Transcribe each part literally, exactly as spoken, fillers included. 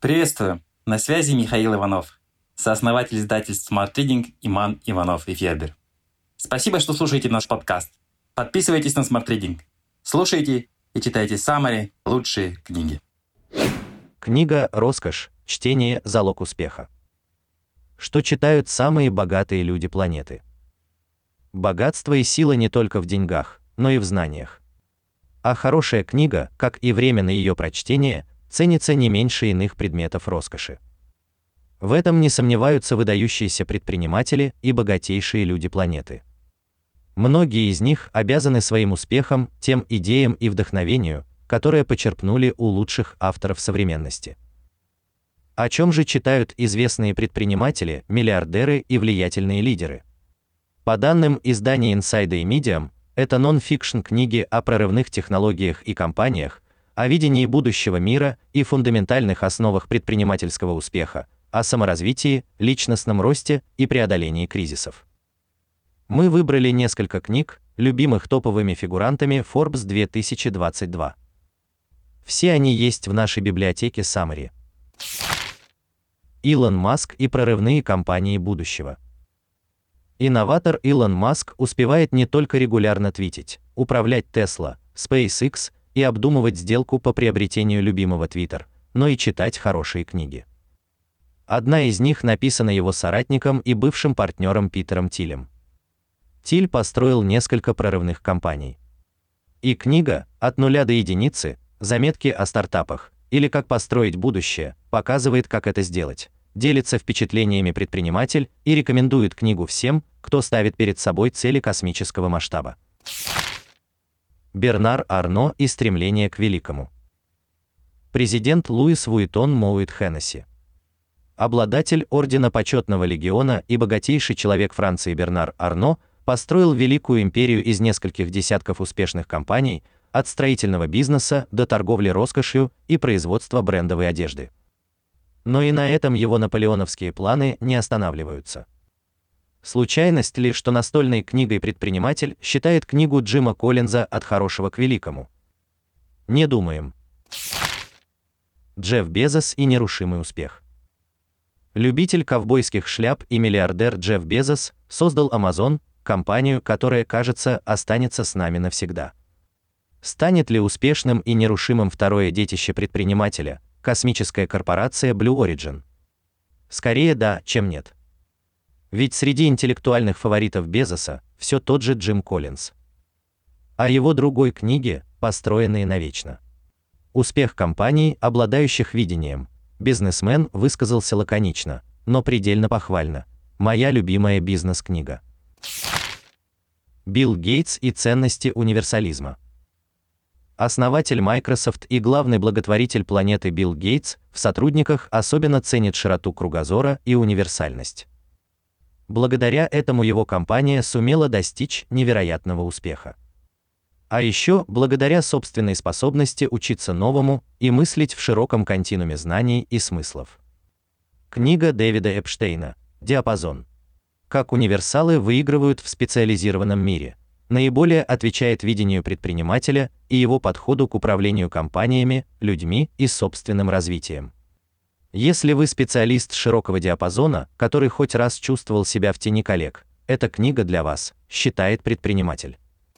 Приветствую! На связи Михаил Иванов, сооснователь издательств Smart Reading Иман Иванов и Федер. Спасибо, что слушаете наш подкаст. Подписывайтесь на Smart Reading. Слушайте и читайте самые лучшие книги. Книга «Роскошь. Чтение – залог успеха». Что читают самые богатые люди планеты? Богатство и сила не только в деньгах, но и в знаниях. А хорошая книга, как и время на ее прочтение, ценится не меньше иных предметов роскоши. В этом не сомневаются выдающиеся предприниматели и богатейшие люди планеты. Многие из них обязаны своим успехом тем идеям и вдохновению, которые почерпнули у лучших авторов современности. О чем же читают известные предприниматели, миллиардеры и влиятельные лидеры? По данным изданий Insider и Medium, это нон-фикшн книги о прорывных технологиях и компаниях, о видении будущего мира и фундаментальных основах предпринимательского успеха, о саморазвитии, личностном росте и преодолении кризисов. Мы выбрали несколько книг, любимых топовыми фигурантами Forbes две тысячи двадцать два. Все они есть в нашей библиотеке Summary. Илон Маск и прорывные компании будущего. Инноватор Илон Маск успевает не только регулярно твитить, управлять Tesla, SpaceX и обдумывать сделку по приобретению любимого Twitter, но и читать хорошие книги. Одна из них написана его соратником и бывшим партнером Питером Тилем. Тиль построил несколько прорывных компаний. И книга «От нуля до единицы. Заметки о стартапах» или «Как построить будущее» показывает, как это сделать, делится впечатлениями предприниматель и рекомендует книгу всем, кто ставит перед собой цели космического масштаба. Бернар Арно и стремление к великому. Президент Луис Вуиттон Моуит Хеннесси. Обладатель ордена Почетного легиона и богатейший человек Франции Бернар Арно построил великую империю из нескольких десятков успешных компаний, от строительного бизнеса до торговли роскошью и производства брендовой одежды. Но и на этом его наполеоновские планы не останавливаются. Случайность ли, что настольной книгой предприниматель считает книгу Джима Коллинза «От хорошего к великому»? Не думаем. Джефф Безос и нерушимый успех. Любитель ковбойских шляп и миллиардер Джефф Безос создал Amazon, компанию, которая, кажется, останется с нами навсегда. Станет ли успешным и нерушимым второе детище предпринимателя, космическая корпорация Blue Origin? Скорее да, чем нет. Ведь среди интеллектуальных фаворитов Безоса все тот же Джим Коллинз. О его другой книге «Построенные навечно». Успех компаний, обладающих видением. Бизнесмен высказался лаконично, но предельно похвально. Моя любимая бизнес-книга. Билл Гейтс и ценности универсализма. Основатель Microsoft и главный благотворитель планеты Билл Гейтс в сотрудниках особенно ценит широту кругозора и универсальность. Благодаря этому его компания сумела достичь невероятного успеха. А еще благодаря собственной способности учиться новому и мыслить в широком континууме знаний и смыслов. Книга Дэвида Эпштейна «Диапазон. Как универсалы выигрывают в специализированном мире» наиболее отвечает видению предпринимателя и его подходу к управлению компаниями, людьми и собственным развитием. Если вы специалист широкого диапазона, который хоть раз чувствовал себя в тени коллег, эта книга для вас, считает предприниматель.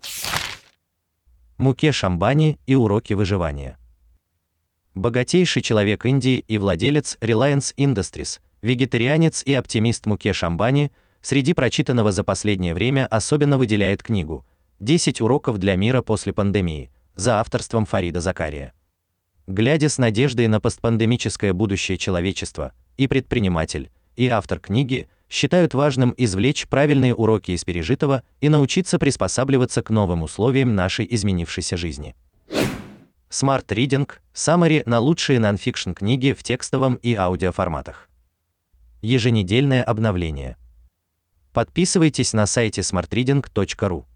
Мукеш Амбани и уроки выживания. Богатейший человек Индии и владелец Reliance Industries, вегетарианец и оптимист Мукеш Амбани среди прочитанного за последнее время особенно выделяет книгу «десять уроков для мира после пандемии» за авторством Фарида Закария. Глядя с надеждой на постпандемическое будущее человечества, и предприниматель, и автор книги считают важным извлечь правильные уроки из пережитого и научиться приспосабливаться к новым условиям нашей изменившейся жизни. Smart Reading – Summary на лучшие нон-фикшн книги в текстовом и аудиоформатах. Еженедельное обновление. Подписывайтесь на сайте смарт ридинг точка ру.